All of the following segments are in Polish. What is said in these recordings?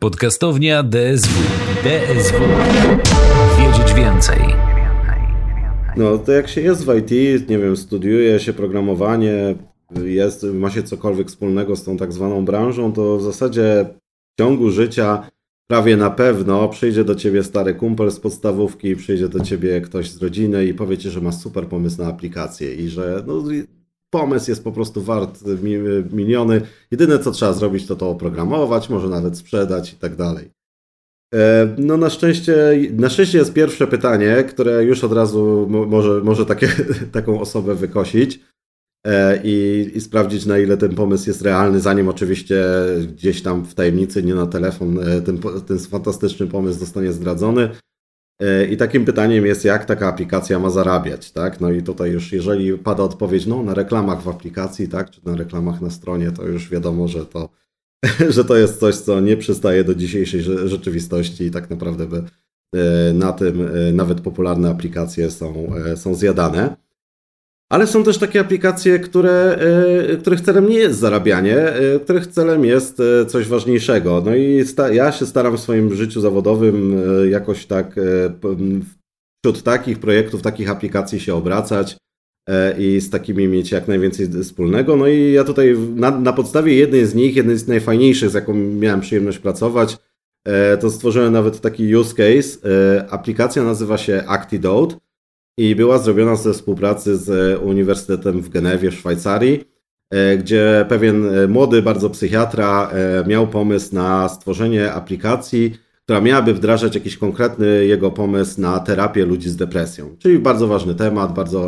Podcastownia DSW. DSW. Wiedzieć więcej. No to jak się jest w IT, nie wiem, studiuje się programowanie, ma się cokolwiek wspólnego z tą tak zwaną branżą, to w zasadzie w ciągu życia prawie na pewno przyjdzie do ciebie stary kumpel z podstawówki, przyjdzie do ciebie ktoś z rodziny i powie ci, że ma super pomysł na aplikację i że pomysł jest po prostu wart miliony. Jedyne co trzeba zrobić to oprogramować, może nawet sprzedać i tak dalej. No na szczęście jest pierwsze pytanie, które już od razu może taką osobę wykosić i sprawdzić, na ile ten pomysł jest realny, zanim oczywiście gdzieś tam w tajemnicy, nie na telefon, ten fantastyczny pomysł zostanie zdradzony. I takim pytaniem jest, jak taka aplikacja ma zarabiać, tak? No i tutaj już, jeżeli pada odpowiedź, no na reklamach w aplikacji, tak, czy na reklamach na stronie, to już wiadomo, że to jest coś, co nie przystaje do dzisiejszej rzeczywistości i tak naprawdę na tym nawet popularne aplikacje są zjadane. Ale są też takie aplikacje, których celem nie jest zarabianie, których celem jest coś ważniejszego. No i ja się staram w swoim życiu zawodowym jakoś tak wśród takich projektów, takich aplikacji się obracać i z takimi mieć jak najwięcej wspólnego. No i ja tutaj na podstawie jednej z najfajniejszych, z jaką miałem przyjemność pracować, to stworzyłem nawet taki use case. Aplikacja nazywa się Actidote i była zrobiona ze współpracy z Uniwersytetem w Genewie w Szwajcarii, gdzie pewien młody bardzo psychiatra miał pomysł na stworzenie aplikacji, która miałaby wdrażać jakiś konkretny jego pomysł na terapię ludzi z depresją. Czyli bardzo ważny temat,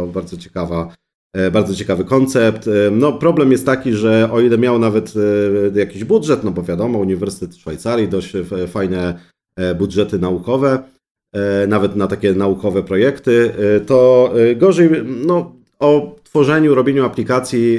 bardzo ciekawy koncept. No, problem jest taki, że o ile miał nawet jakiś budżet, no bo wiadomo, Uniwersytet Szwajcarii, dość fajne budżety naukowe, nawet na takie naukowe projekty, to gorzej o tworzeniu, robieniu aplikacji,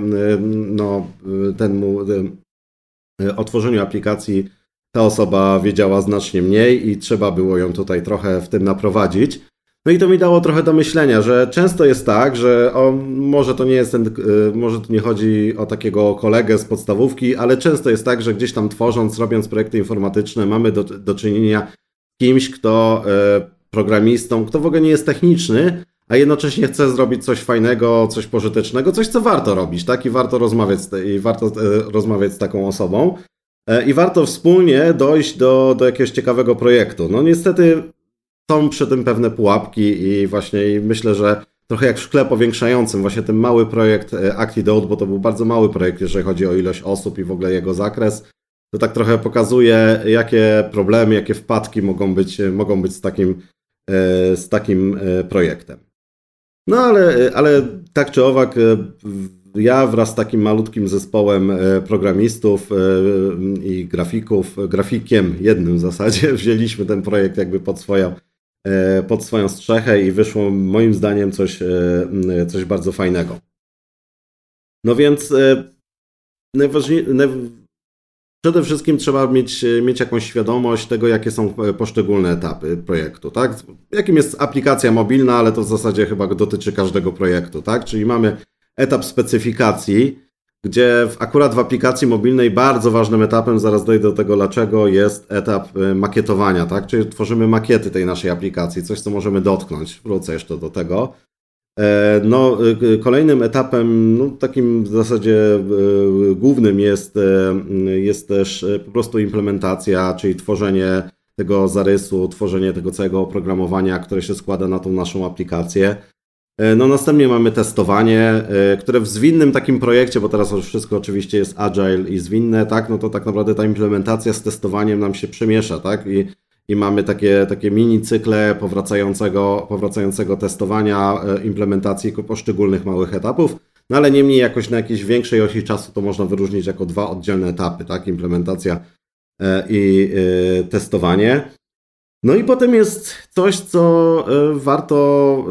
o tworzeniu aplikacji ta osoba wiedziała znacznie mniej i trzeba było ją tutaj trochę w tym naprowadzić. No i to mi dało trochę do myślenia, że często jest tak, że może to nie chodzi o takiego kolegę z podstawówki, ale często jest tak, że gdzieś tam robiąc projekty informatyczne, mamy do czynienia z kimś, programistą, kto w ogóle nie jest techniczny, a jednocześnie chce zrobić coś fajnego, coś pożytecznego, coś co warto robić, tak? I warto rozmawiać z taką osobą. I warto wspólnie dojść do jakiegoś ciekawego projektu. No niestety są przy tym pewne pułapki i właśnie myślę, że trochę jak w szkle powiększającym, właśnie ten mały projekt Actidote, bo to był bardzo mały projekt, jeżeli chodzi o ilość osób i w ogóle jego zakres, to tak trochę pokazuje, jakie problemy, jakie wpadki mogą być z takim projektem. No ale tak czy owak, ja wraz z takim malutkim zespołem programistów i grafikiem jednym w zasadzie, wzięliśmy ten projekt jakby pod swoją strzechę i wyszło moim zdaniem coś bardzo fajnego. No więc przede wszystkim trzeba mieć jakąś świadomość tego, jakie są poszczególne etapy projektu, tak? Jakim jest aplikacja mobilna, ale to w zasadzie chyba dotyczy każdego projektu, tak? Czyli mamy etap specyfikacji, gdzie akurat w aplikacji mobilnej bardzo ważnym etapem, zaraz dojdę do tego dlaczego, jest etap makietowania, tak? Czyli tworzymy makiety tej naszej aplikacji, coś co możemy dotknąć, wrócę jeszcze do tego. No, kolejnym etapem, takim w zasadzie głównym jest też po prostu implementacja, czyli tworzenie tego zarysu, tworzenie tego całego oprogramowania, które się składa na tą naszą aplikację. No, następnie mamy testowanie, które w zwinnym takim projekcie, bo teraz już wszystko oczywiście jest agile i zwinne, tak? No to tak naprawdę ta implementacja z testowaniem nam się przemiesza, tak? I mamy takie mini cykle powracającego testowania, implementacji poszczególnych małych etapów, no ale niemniej jakoś na jakiejś większej osi czasu to można wyróżnić jako dwa oddzielne etapy, tak? Implementacja i testowanie. No i potem jest coś, co warto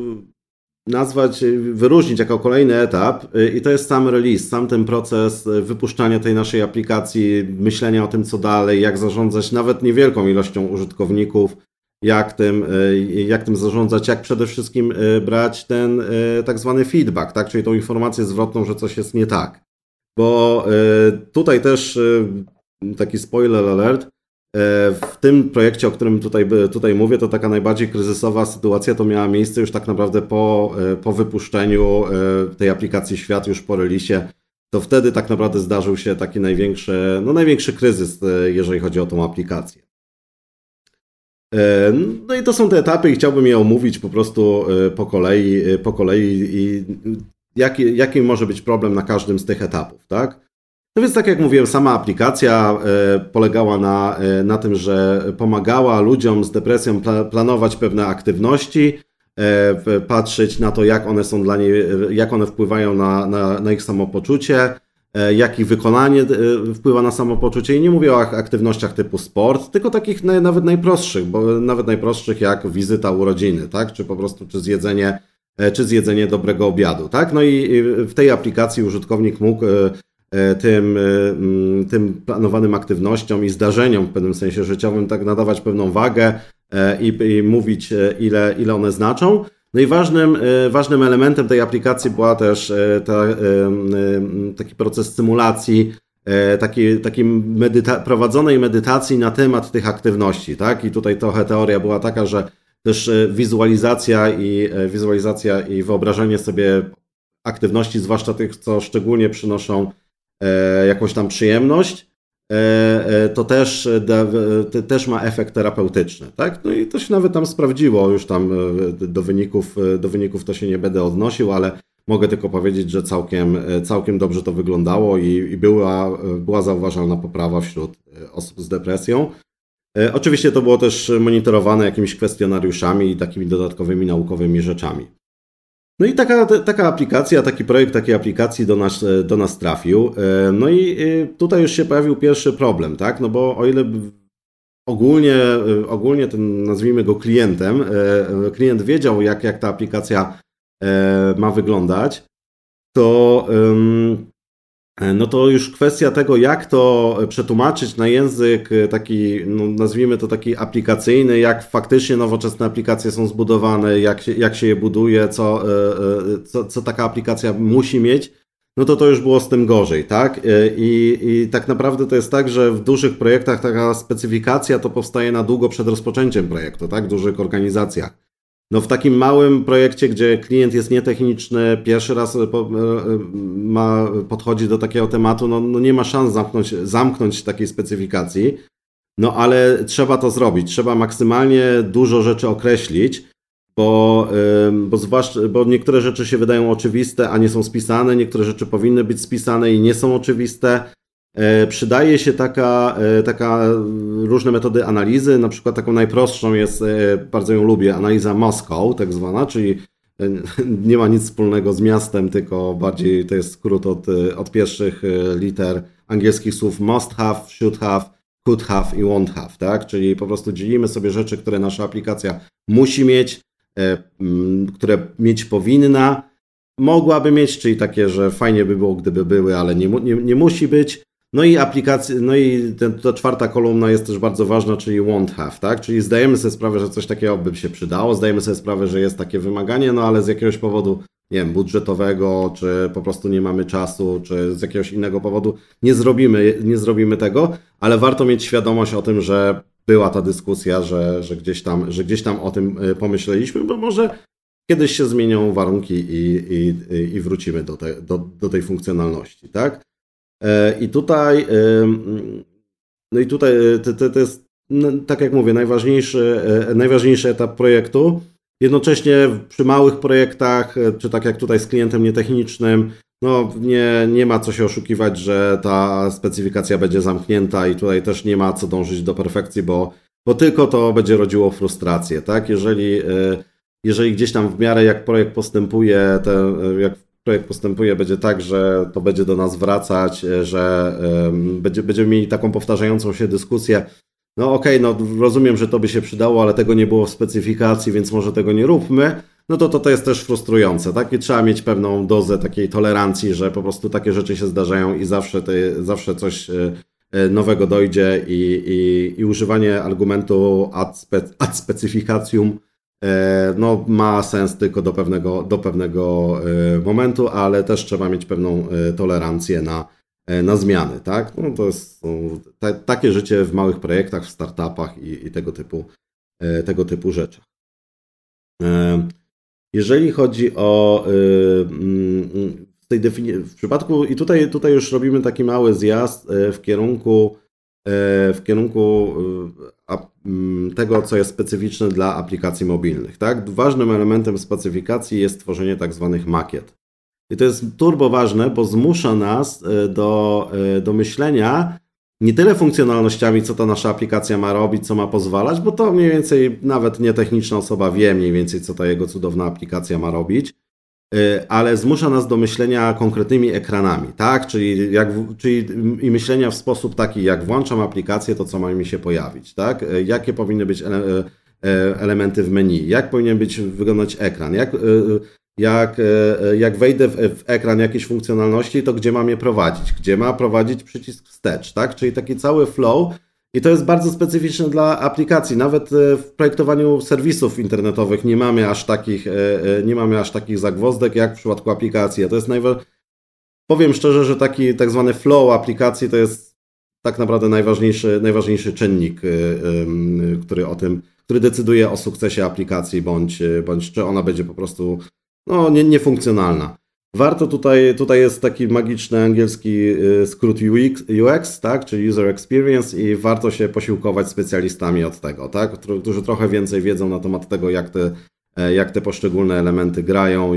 wyróżnić jako kolejny etap i to jest sam release, sam ten proces wypuszczania tej naszej aplikacji, myślenia o tym co dalej, jak zarządzać nawet niewielką ilością użytkowników, jak tym zarządzać, jak przede wszystkim brać ten tak zwany feedback, tak? Czyli tą informację zwrotną, że coś jest nie tak. Bo tutaj też taki spoiler alert, W tym projekcie, o którym tutaj mówię, to taka najbardziej kryzysowa sytuacja to miała miejsce już tak naprawdę po wypuszczeniu tej aplikacji Świat, już po releasie. To wtedy tak naprawdę zdarzył się taki największy kryzys, jeżeli chodzi o tą aplikację. No i to są te etapy i chciałbym je omówić po prostu po kolei i jaki może być problem na każdym z tych etapów, tak? No więc tak jak mówiłem, sama aplikacja polegała na tym, że pomagała ludziom z depresją planować pewne aktywności, patrzeć na to, jak one są dla niej, jak one wpływają na ich samopoczucie, jak ich wykonanie wpływa na samopoczucie. I nie mówię o aktywnościach typu sport, tylko takich nawet najprostszych, bo nawet najprostszych jak wizyta urodziny, tak? Czy po prostu czy zjedzenie dobrego obiadu, tak? No i w tej aplikacji użytkownik mógł tym planowanym aktywnościom i zdarzeniom w pewnym sensie życiowym tak nadawać pewną wagę i mówić, ile one znaczą. No i ważnym elementem tej aplikacji była też taki proces symulacji, prowadzonej medytacji na temat tych aktywności, tak? I tutaj trochę teoria była taka, że też wizualizacja i wyobrażenie sobie aktywności, zwłaszcza tych, co szczególnie przynoszą jakąś tam przyjemność, to też ma efekt terapeutyczny, tak? No i to się nawet tam sprawdziło, już tam do wyników to się nie będę odnosił, ale mogę tylko powiedzieć, że całkiem dobrze to wyglądało i była zauważalna poprawa wśród osób z depresją. Oczywiście to było też monitorowane jakimiś kwestionariuszami i takimi dodatkowymi naukowymi rzeczami. No i taka aplikacja, taki projekt takiej aplikacji do nas trafił. No i tutaj już się pojawił pierwszy problem, tak? No bo o ile ogólnie ten, nazwijmy go klientem, klient wiedział, jak ta aplikacja ma wyglądać, no to już kwestia tego, jak to przetłumaczyć na język taki, no nazwijmy to taki aplikacyjny, jak faktycznie nowoczesne aplikacje są zbudowane, jak się je buduje, co taka aplikacja musi mieć, no to już było z tym gorzej, tak? I tak naprawdę to jest tak, że w dużych projektach taka specyfikacja to powstaje na długo przed rozpoczęciem projektu, tak? W dużych organizacjach. No w takim małym projekcie, gdzie klient jest nietechniczny, pierwszy raz podchodzi do takiego tematu, no nie ma szans zamknąć takiej specyfikacji, no ale trzeba to zrobić, trzeba maksymalnie dużo rzeczy określić, bo niektóre rzeczy się wydają oczywiste, a nie są spisane, niektóre rzeczy powinny być spisane i nie są oczywiste. Przydaje się taka różne metody analizy, na przykład taką najprostszą jest, bardzo ją lubię, analiza Moscow tak zwana, czyli nie ma nic wspólnego z miastem, tylko bardziej to jest skrót od pierwszych liter angielskich słów must have, should have, could have i won't have, tak? Czyli po prostu dzielimy sobie rzeczy, które nasza aplikacja musi mieć, które mieć powinna, mogłaby mieć, czyli takie, że fajnie by było, gdyby były, ale nie musi być. No i ta czwarta kolumna jest też bardzo ważna, czyli won't have, tak? Czyli zdajemy sobie sprawę, że coś takiego by się przydało, zdajemy sobie sprawę, że jest takie wymaganie, no ale z jakiegoś powodu, nie wiem, budżetowego, czy po prostu nie mamy czasu, czy z jakiegoś innego powodu nie zrobimy tego, ale warto mieć świadomość o tym, że była ta dyskusja, że gdzieś tam o tym pomyśleliśmy, bo może kiedyś się zmienią warunki i wrócimy do tej funkcjonalności, tak? I tutaj to jest, tak jak mówię, najważniejszy etap projektu. Jednocześnie przy małych projektach, czy tak jak tutaj z klientem nietechnicznym, no nie ma co się oszukiwać, że ta specyfikacja będzie zamknięta i tutaj też nie ma co dążyć do perfekcji, bo tylko to będzie rodziło frustrację, tak? Jeżeli gdzieś tam w miarę jak projekt postępuje, będzie tak, że to będzie do nas wracać, że będziemy mieli taką powtarzającą się dyskusję. No okej, no rozumiem, że to by się przydało, ale tego nie było w specyfikacji, więc może tego nie róbmy. No to jest też frustrujące, tak? I trzeba mieć pewną dozę takiej tolerancji, że po prostu takie rzeczy się zdarzają i zawsze coś nowego dojdzie i używanie argumentu ad specificatium no, ma sens tylko do pewnego momentu, ale też trzeba mieć pewną tolerancję na zmiany, tak? No to jest takie życie w małych projektach, w startupach i tego typu rzeczach. Jeżeli chodzi o w przypadku, i tutaj już robimy taki mały zjazd w kierunku tego, co jest specyficzne dla aplikacji mobilnych. Tak? Ważnym elementem specyfikacji jest tworzenie tak zwanych makiet. I to jest turbo ważne, bo zmusza nas do myślenia nie tyle funkcjonalnościami, co ta nasza aplikacja ma robić, co ma pozwalać, bo to mniej więcej nawet nietechniczna osoba wie mniej więcej, co ta jego cudowna aplikacja ma robić, ale zmusza nas do myślenia konkretnymi ekranami, tak? Czyli i myślenia w sposób taki, jak włączam aplikację, to co ma mi się pojawić, tak? Jakie powinny być elementy w menu, jak powinien wyglądać ekran, jak wejdę w ekran jakiejś funkcjonalności, to gdzie mam je prowadzić, gdzie ma prowadzić przycisk wstecz, tak? Czyli taki cały flow. I to jest bardzo specyficzne dla aplikacji. Nawet w projektowaniu serwisów internetowych nie mamy aż takich zagwozdek jak w przypadku aplikacji. To jest powiem szczerze, że taki tak zwany flow aplikacji to jest tak naprawdę najważniejszy czynnik, który decyduje o sukcesie aplikacji, bądź czy ona będzie po prostu niefunkcjonalna. Warto tutaj jest taki magiczny angielski skrót UX, tak, czyli User Experience, i warto się posiłkować specjalistami od tego, tak, którzy trochę więcej wiedzą na temat tego, jak te poszczególne elementy grają,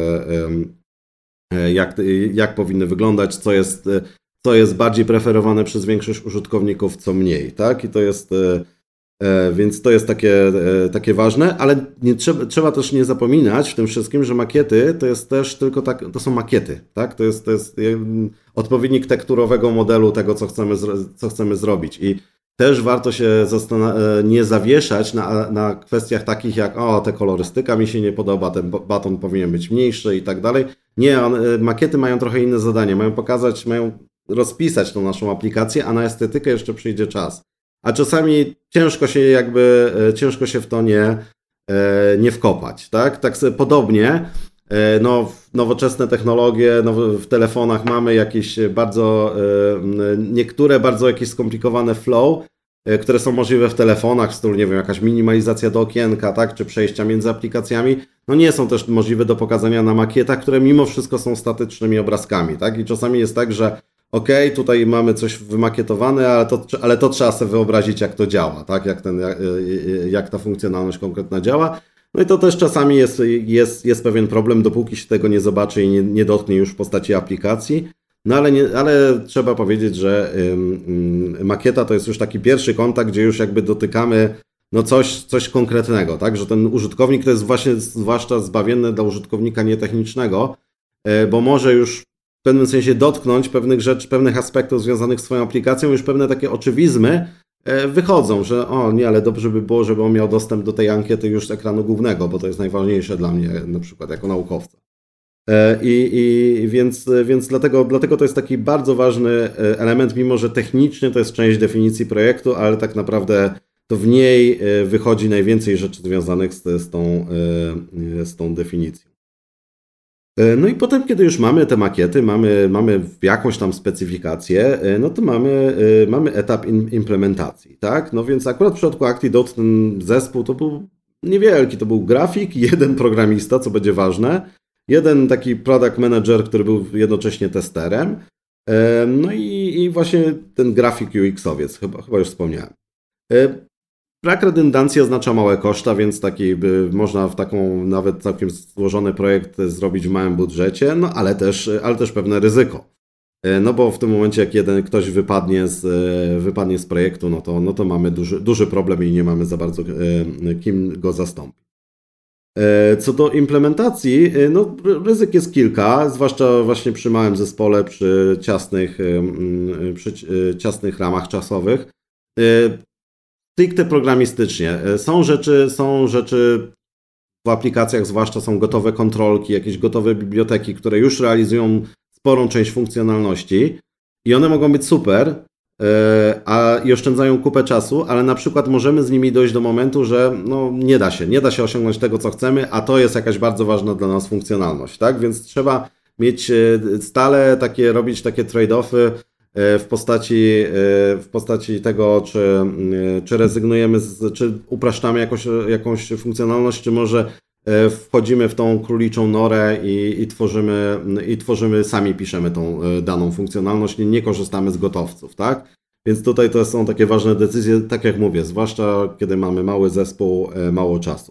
jak powinny wyglądać, co jest bardziej preferowane przez większość użytkowników, co mniej, tak, i to jest... Więc to jest takie ważne, ale trzeba też nie zapominać w tym wszystkim, że makiety to jest też tylko to są makiety, tak? To jest odpowiednik tekturowego modelu tego, co chcemy zrobić. I też warto się nie zawieszać na kwestiach takich jak ta kolorystyka mi się nie podoba, ten baton powinien być mniejszy i tak dalej. Nie, makiety mają trochę inne zadanie, mają rozpisać tą naszą aplikację, a na estetykę jeszcze przyjdzie czas. A czasami ciężko się w to nie wkopać, tak? Tak sobie podobnie, nowoczesne technologie, w telefonach mamy jakieś niektóre bardzo jakieś skomplikowane flow, które są możliwe w telefonach, w stylu, nie wiem, jakaś minimalizacja do okienka, tak? Czy przejścia między aplikacjami, nie są też możliwe do pokazania na makietach, które mimo wszystko są statycznymi obrazkami, tak? I czasami jest tak, że tutaj mamy coś wymakietowane, ale to trzeba sobie wyobrazić, jak to działa, tak? Jak ta funkcjonalność konkretna działa. No i to też czasami jest pewien problem, dopóki się tego nie zobaczy i nie dotknie już w postaci aplikacji. Ale trzeba powiedzieć, że makieta to jest już taki pierwszy kontakt, gdzie już jakby dotykamy coś konkretnego, tak? Że ten użytkownik to jest właśnie zwłaszcza zbawienne dla użytkownika nietechnicznego, bo może już w pewnym sensie dotknąć pewnych aspektów związanych z swoją aplikacją, już pewne takie oczywizmy wychodzą, że ale dobrze by było, żeby on miał dostęp do tej ankiety już z ekranu głównego, bo to jest najważniejsze dla mnie, na przykład jako naukowca. Więc dlatego to jest taki bardzo ważny element, mimo że technicznie to jest część definicji projektu, ale tak naprawdę to w niej wychodzi najwięcej rzeczy związanych z tą definicją. No i potem, kiedy już mamy te makiety, mamy jakąś tam specyfikację, to mamy etap implementacji, tak? No więc akurat w przypadku Actidot ten zespół to był niewielki, to był grafik, jeden programista, co będzie ważne, jeden taki product manager, który był jednocześnie testerem, no i właśnie ten grafik UX-owiec, chyba już wspomniałem. Brak redundancji oznacza małe koszta, więc można w taką nawet całkiem złożony projekt zrobić w małym budżecie, ale też pewne ryzyko. No bo w tym momencie, jak ktoś wypadnie z projektu, no to mamy duży problem i nie mamy za bardzo kim go zastąpić. Co do implementacji, ryzyk jest kilka, zwłaszcza właśnie przy małym zespole, przy ciasnych ramach czasowych. Stricte programistycznie. Są rzeczy w aplikacjach, zwłaszcza są gotowe kontrolki, jakieś gotowe biblioteki, które już realizują sporą część funkcjonalności i one mogą być super i oszczędzają kupę czasu, ale na przykład możemy z nimi dojść do momentu, że nie da się osiągnąć tego, co chcemy, a to jest jakaś bardzo ważna dla nas funkcjonalność, tak? Więc trzeba mieć stale robić takie trade-offy w postaci tego, czy rezygnujemy, czy upraszczamy jakąś funkcjonalność, czy może wchodzimy w tą króliczą norę i tworzymy, sami piszemy tą daną funkcjonalność, nie korzystamy z gotowców, tak? Więc tutaj to są takie ważne decyzje, tak jak mówię, zwłaszcza kiedy mamy mały zespół, mało czasu.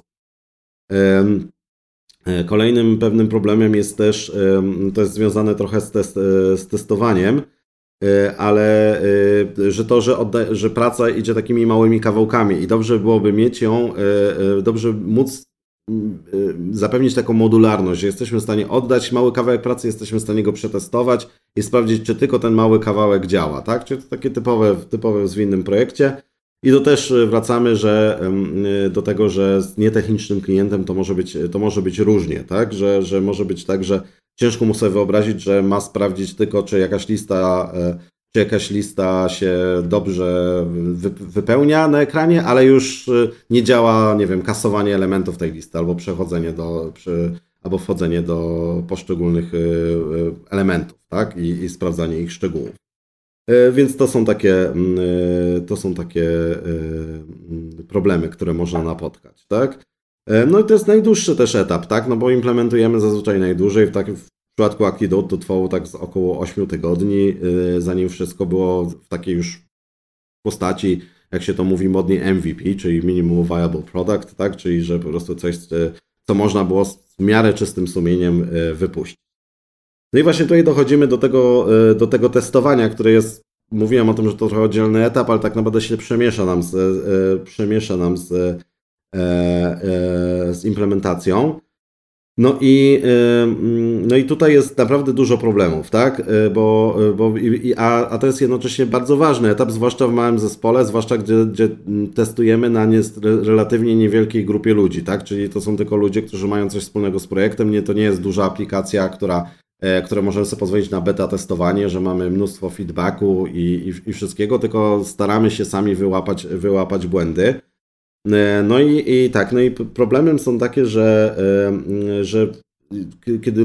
Kolejnym pewnym problemem jest też, to jest związane trochę z testowaniem, ale że praca idzie takimi małymi kawałkami i dobrze byłoby mieć ją, dobrze móc zapewnić taką modularność, że jesteśmy w stanie oddać mały kawałek pracy, jesteśmy w stanie go przetestować i sprawdzić, czy tylko ten mały kawałek działa, tak? Czyli to takie typowe w zwinnym projekcie. I to też wracamy, do tego, że z nietechnicznym klientem to może być różnie, tak? Że może być tak, że ciężko mu sobie wyobrazić, że ma sprawdzić tylko, czy jakaś lista się dobrze wypełnia na ekranie, ale już nie działa, nie wiem, kasowanie elementów tej listy albo albo wchodzenie do poszczególnych elementów, tak? I sprawdzanie ich szczegółów. Więc to są takie problemy, które można napotkać, tak? No i to jest najdłuższy też etap, tak? No bo implementujemy zazwyczaj najdłużej. W przypadku Actidot to trwało tak z około 8 tygodni, zanim wszystko było w takiej już postaci, jak się to mówi modnie, MVP, czyli Minimum Viable Product, tak? Czyli że po prostu coś, co można było w miarę czystym sumieniem wypuścić. No i właśnie tutaj dochodzimy do tego testowania, które jest, mówiłem o tym, że to trochę oddzielny etap, ale tak naprawdę się przemiesza nam z implementacją. No i tutaj jest naprawdę dużo problemów, tak? A to jest jednocześnie bardzo ważny etap, zwłaszcza w małym zespole, zwłaszcza gdzie testujemy na relatywnie niewielkiej grupie ludzi, tak? Czyli to są tylko ludzie, którzy mają coś wspólnego z projektem, to nie jest duża aplikacja, które możemy sobie pozwolić na beta testowanie, że mamy mnóstwo feedbacku i wszystkiego, tylko staramy się sami wyłapać błędy. No i problemem są takie, że kiedy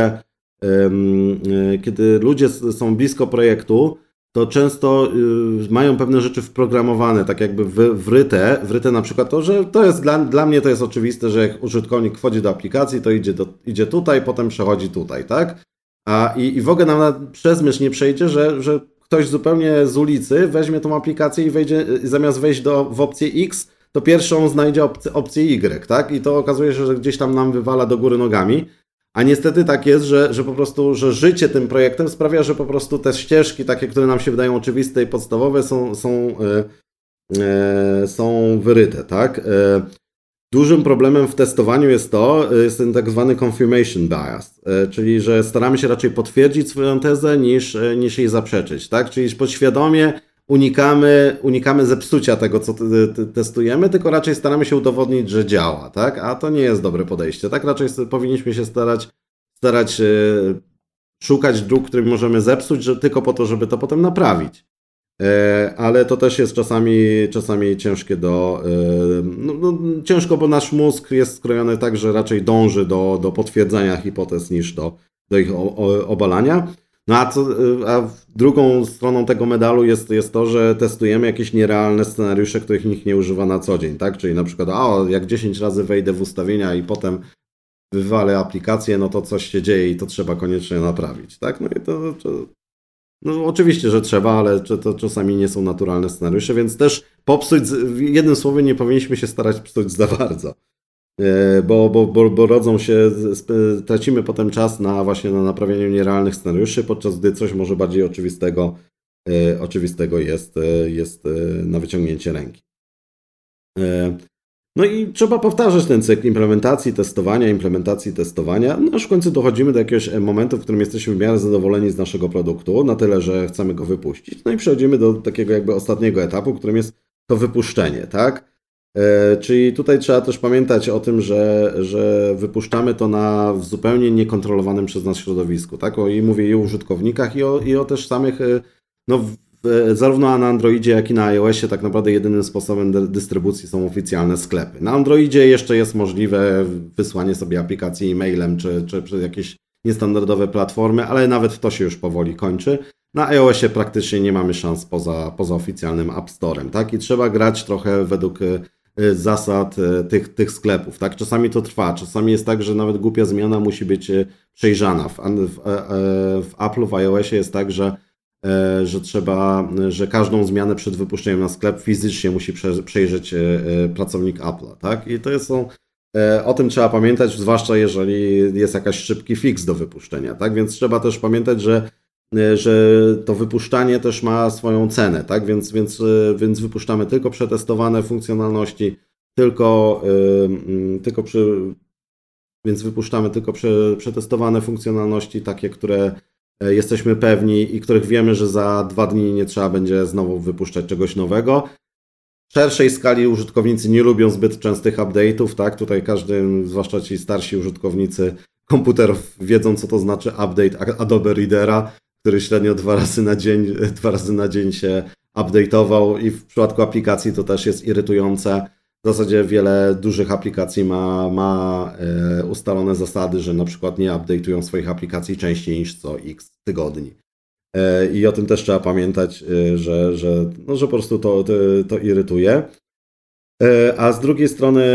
ludzie są blisko projektu, to często mają pewne rzeczy wprogramowane, tak jakby wryte na przykład to, że to jest dla mnie to jest oczywiste, że jak użytkownik wchodzi do aplikacji, to idzie tutaj, potem przechodzi tutaj, tak? I w ogóle nam przez myśl nie przejdzie, że ktoś zupełnie z ulicy weźmie tą aplikację i zamiast wejść w opcję X, to pierwszą znajdzie opcję Y, tak? I to okazuje się, że gdzieś tam nam wywala do góry nogami. A niestety tak jest, że po prostu, że życie tym projektem sprawia, że po prostu te ścieżki, takie, które nam się wydają oczywiste i podstawowe, są wyryte, tak? Dużym problemem w testowaniu jest ten tak zwany confirmation bias, czyli że staramy się raczej potwierdzić swoją tezę niż jej zaprzeczyć, tak? Czyli podświadomie unikamy zepsucia tego, co testujemy, tylko raczej staramy się udowodnić, że działa, tak? A to nie jest dobre podejście, tak? Raczej powinniśmy się starać szukać dróg, których możemy zepsuć, tylko po to, żeby to potem naprawić. Ale to też jest czasami ciężkie ciężko, bo nasz mózg jest skrojony tak, że raczej dąży do potwierdzania hipotez niż do ich obalania. No a drugą stroną tego medalu jest to, że testujemy jakieś nierealne scenariusze, których nikt nie używa na co dzień, tak? Czyli na przykład, jak 10 razy wejdę w ustawienia i potem wywalę aplikację, no to coś się dzieje i to trzeba koniecznie naprawić, tak? No i no oczywiście, że trzeba, ale to czasami nie są naturalne scenariusze, więc też popsuć, jednym słowem nie powinniśmy się starać psuć za bardzo. Bo rodzą się, tracimy potem czas właśnie na naprawianiu nierealnych scenariuszy, podczas gdy coś może bardziej oczywistego jest na wyciągnięcie ręki. No i trzeba powtarzać ten cykl implementacji, testowania, no aż w końcu dochodzimy do jakiegoś momentu, w którym jesteśmy w miarę zadowoleni z naszego produktu, na tyle, że chcemy go wypuścić. No i przechodzimy do takiego jakby ostatniego etapu, którym jest to wypuszczenie, tak? Czyli tutaj trzeba też pamiętać o tym, że wypuszczamy to w zupełnie niekontrolowanym przez nas środowisku, tak? I mówię i o użytkownikach, i o też samych, zarówno na Androidzie, jak i na iOSie tak naprawdę jedynym sposobem dystrybucji są oficjalne sklepy. Na Androidzie jeszcze jest możliwe wysłanie sobie aplikacji e-mailem, czy jakieś niestandardowe platformy, ale nawet to się już powoli kończy. Na iOSie praktycznie nie mamy szans poza oficjalnym App Store'em, tak? I trzeba grać trochę według zasad tych sklepów, tak? Czasami to trwa, czasami jest tak, że nawet głupia zmiana musi być przejrzana. W Apple'u, w iOSie jest tak, że każdą zmianę przed wypuszczeniem na sklep fizycznie musi przejrzeć pracownik Apple'a, tak? I to są, o tym trzeba pamiętać, zwłaszcza jeżeli jest jakiś szybki fix do wypuszczenia, tak? Więc trzeba też pamiętać, że to wypuszczanie też ma swoją cenę, tak? Więc wypuszczamy tylko przetestowane funkcjonalności, więc wypuszczamy tylko przetestowane funkcjonalności, takie, które jesteśmy pewni i których wiemy, że za 2 dni nie trzeba będzie znowu wypuszczać czegoś nowego. W szerszej skali użytkownicy nie lubią zbyt częstych update'ów, tak? Tutaj zwłaszcza ci starsi użytkownicy komputerów wiedzą, co to znaczy update Adobe Readera, który średnio 2 razy na dzień się update'ował i w przypadku aplikacji to też jest irytujące. W zasadzie wiele dużych aplikacji ma ustalone zasady, że na przykład nie update'ują swoich aplikacji częściej niż co x tygodni. I o tym też trzeba pamiętać, że po prostu to irytuje. A z drugiej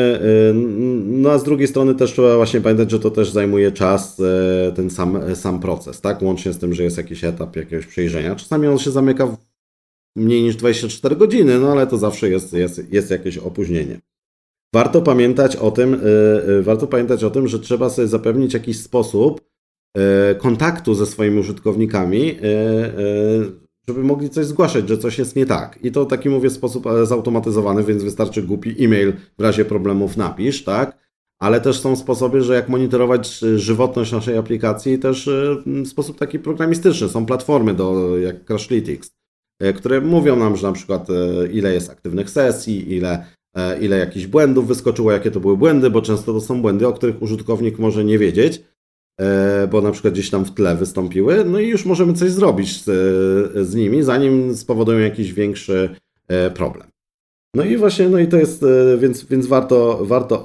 strony też trzeba właśnie pamiętać, że to też zajmuje czas, ten sam proces, tak? Łącznie z tym, że jest jakiś etap jakiegoś przejrzenia. Czasami on się zamyka w mniej niż 24 godziny, no ale to zawsze jest jakieś opóźnienie. Warto pamiętać o tym, że trzeba sobie zapewnić jakiś sposób kontaktu ze swoimi użytkownikami, żeby mogli coś zgłaszać, że coś jest nie tak. I to taki mówię w sposób zautomatyzowany, więc wystarczy głupi e-mail, w razie problemów napisz, tak? Ale też są sposoby, że jak monitorować żywotność naszej aplikacji, też w sposób taki programistyczny. Są platformy jak Crashlytics, które mówią nam, że na przykład ile jest aktywnych sesji, ile jakichś błędów wyskoczyło, jakie to były błędy, bo często to są błędy, o których użytkownik może nie wiedzieć, bo na przykład gdzieś tam w tle wystąpiły, no i już możemy coś zrobić z nimi, zanim spowodują jakiś większy problem. No i właśnie, no i to jest, więc warto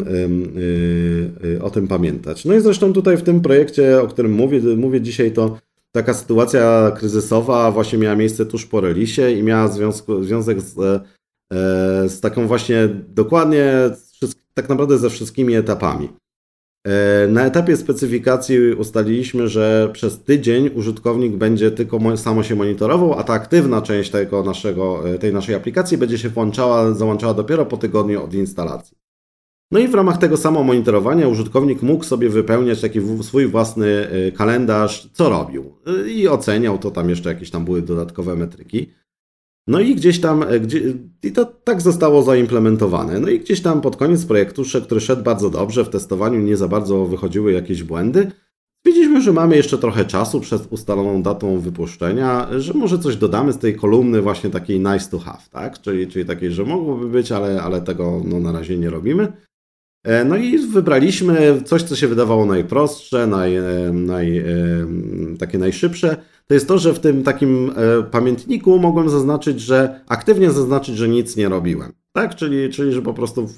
o tym pamiętać. No i zresztą tutaj w tym projekcie, o którym mówię dzisiaj, to taka sytuacja kryzysowa właśnie miała miejsce tuż po releasie i miała związek z taką właśnie dokładnie, tak naprawdę ze wszystkimi etapami. Na etapie specyfikacji ustaliliśmy, że przez tydzień użytkownik będzie tylko samo się monitorował, a ta aktywna część tej naszej aplikacji będzie się załączała dopiero po tygodniu od instalacji. No i w ramach tego samo monitorowania użytkownik mógł sobie wypełniać taki swój własny kalendarz, co robił i oceniał, to tam jeszcze jakieś tam były dodatkowe metryki. No i i to tak zostało zaimplementowane. No i gdzieś tam pod koniec projektu, który szedł bardzo dobrze, w testowaniu nie za bardzo wychodziły jakieś błędy, widzieliśmy, że mamy jeszcze trochę czasu przed ustaloną datą wypuszczenia, że może coś dodamy z tej kolumny właśnie takiej nice to have, tak? Czyli takiej, że mogłoby być, ale tego na razie nie robimy. No i wybraliśmy coś, co się wydawało najprostsze, takie najszybsze. To jest to, że w tym takim pamiętniku mogłem aktywnie zaznaczyć, że nic nie robiłem. Tak? Czyli że po prostu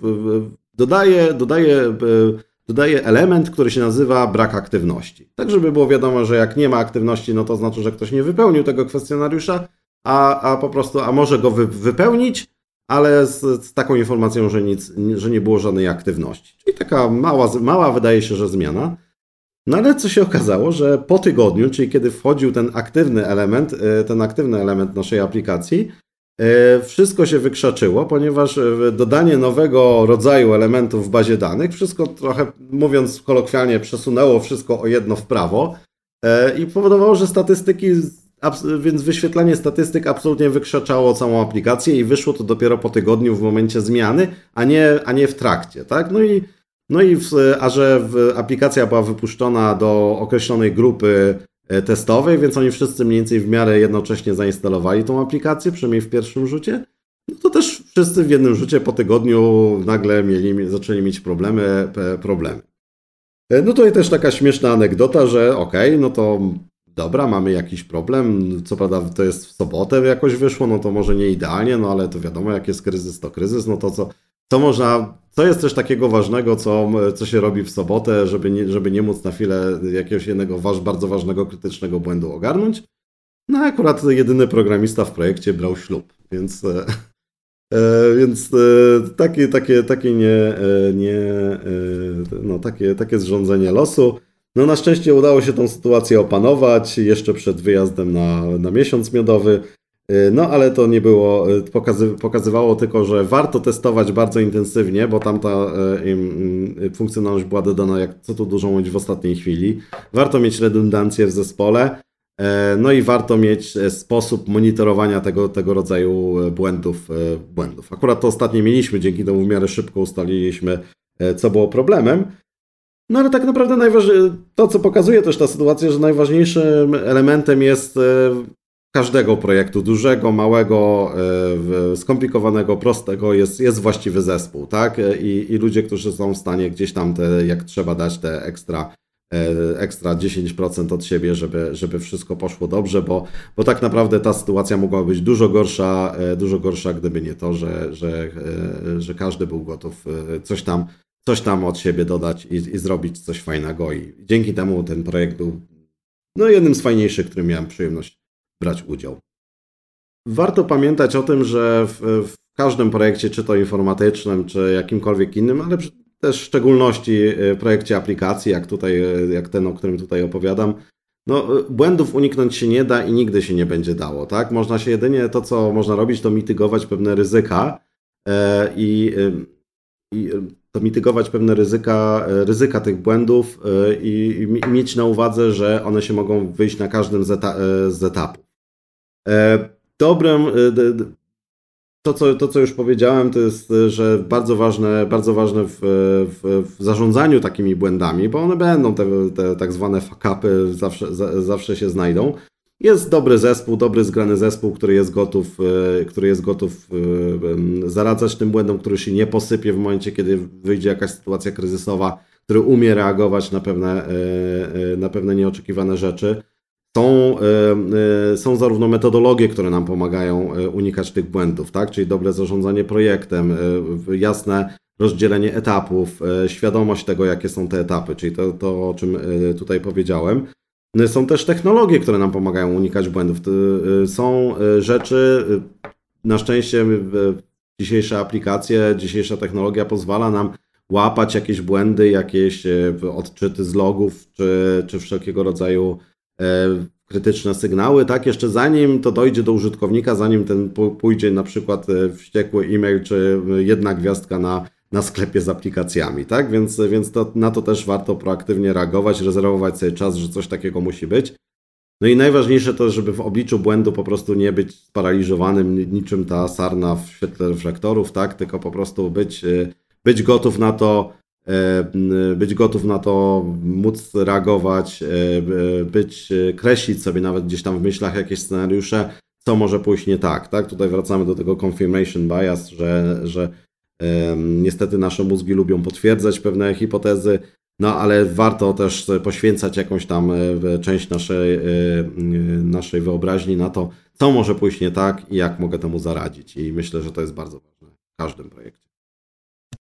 dodaję element, który się nazywa brak aktywności. Tak, żeby było wiadomo, że jak nie ma aktywności, no to znaczy, że ktoś nie wypełnił tego kwestionariusza, a po prostu może go wypełnić, ale z taką informacją, że nie było żadnej aktywności. Czyli taka mała wydaje się, że zmiana. No ale co się okazało, że po tygodniu, czyli kiedy wchodził ten aktywny element naszej aplikacji, wszystko się wykrzaczyło, ponieważ dodanie nowego rodzaju elementów w bazie danych, wszystko trochę, mówiąc kolokwialnie, przesunęło wszystko o jedno w prawo i powodowało, że więc wyświetlanie statystyk absolutnie wykrzaczało całą aplikację i wyszło to dopiero po tygodniu w momencie zmiany, a nie w trakcie, tak? A że aplikacja była wypuszczona do określonej grupy testowej, więc oni wszyscy mniej więcej w miarę jednocześnie zainstalowali tą aplikację, przynajmniej w pierwszym rzucie, no to też wszyscy w jednym rzucie po tygodniu nagle zaczęli mieć problemy. No tutaj też taka śmieszna anegdota, że no to dobra, mamy jakiś problem, co prawda to jest w sobotę jakoś wyszło, no to może nie idealnie, no ale to wiadomo, jak jest kryzys, to kryzys, no to co jest też takiego ważnego, co się robi w sobotę, żeby nie móc na chwilę jakiegoś jednego bardzo ważnego, krytycznego błędu ogarnąć. No akurat jedyny programista w projekcie brał ślub, więc takie zrządzenie losu. No na szczęście udało się tą sytuację opanować jeszcze przed wyjazdem na miesiąc miodowy. No ale to nie było, pokazywało tylko, że warto testować bardzo intensywnie, bo tamta funkcjonalność była dodana, jak co tu dużo mówić, w ostatniej chwili. Warto mieć redundancję w zespole, no i warto mieć sposób monitorowania tego rodzaju błędów. Akurat to ostatnie mieliśmy, dzięki temu w miarę szybko ustaliliśmy, co było problemem. No ale tak naprawdę to, co pokazuje też ta sytuacja, że najważniejszym elementem jest każdego projektu, dużego, małego, skomplikowanego, prostego, jest właściwy zespół, tak? I ludzie, którzy są w stanie gdzieś tam jak trzeba dać te ekstra 10% od siebie, żeby wszystko poszło dobrze, bo tak naprawdę ta sytuacja mogła być dużo gorsza, gdyby nie to, że każdy był gotów coś tam od siebie dodać i zrobić coś fajnego. I dzięki temu ten projekt był jednym z fajniejszych, w którym miałem przyjemność brać udział. Warto pamiętać o tym, że w każdym projekcie, czy to informatycznym, czy jakimkolwiek innym, ale też w szczególności w projekcie aplikacji, jak ten, o którym tutaj opowiadam, błędów uniknąć się nie da i nigdy się nie będzie dało, tak? Można się jedynie to, co można robić, to mitygować pewne ryzyka i to mitygować pewne ryzyka tych błędów i mieć na uwadze, że one się mogą wyjść na każdym z etapów. To co już powiedziałem, to jest, że bardzo ważne w zarządzaniu takimi błędami, bo one będą, te tak zwane fuck-upy zawsze się znajdą. Jest dobry zespół, dobry zgrany zespół, który jest gotów zaradzać tym błędom, który się nie posypie w momencie, kiedy wyjdzie jakaś sytuacja kryzysowa, który umie reagować na pewne nieoczekiwane rzeczy. Są zarówno metodologie, które nam pomagają unikać tych błędów, tak? Czyli dobre zarządzanie projektem, jasne rozdzielenie etapów, świadomość tego, jakie są te etapy, czyli to o czym tutaj powiedziałem. Są też technologie, które nam pomagają unikać błędów. Są rzeczy, na szczęście dzisiejsze aplikacje, dzisiejsza technologia pozwala nam łapać jakieś błędy, jakieś odczyty z logów, czy wszelkiego rodzaju krytyczne sygnały, tak? Jeszcze zanim to dojdzie do użytkownika, zanim ten pójdzie na przykład wściekły e-mail, czy jedna gwiazdka na sklepie z aplikacjami, tak? Więc na to też warto proaktywnie reagować, rezerwować sobie czas, że coś takiego musi być. No i najważniejsze to, żeby w obliczu błędu po prostu nie być sparaliżowanym niczym ta sarna w świetle reflektorów, tak? Tylko po prostu być gotów na to, móc reagować, kreślić sobie nawet gdzieś tam w myślach jakieś scenariusze, co może pójść nie tak, tak? Tutaj wracamy do tego confirmation bias, że niestety nasze mózgi lubią potwierdzać pewne hipotezy, ale warto też poświęcać jakąś tam część naszej wyobraźni na to, co może pójść nie tak i jak mogę temu zaradzić. I myślę, że to jest bardzo ważne w każdym projekcie.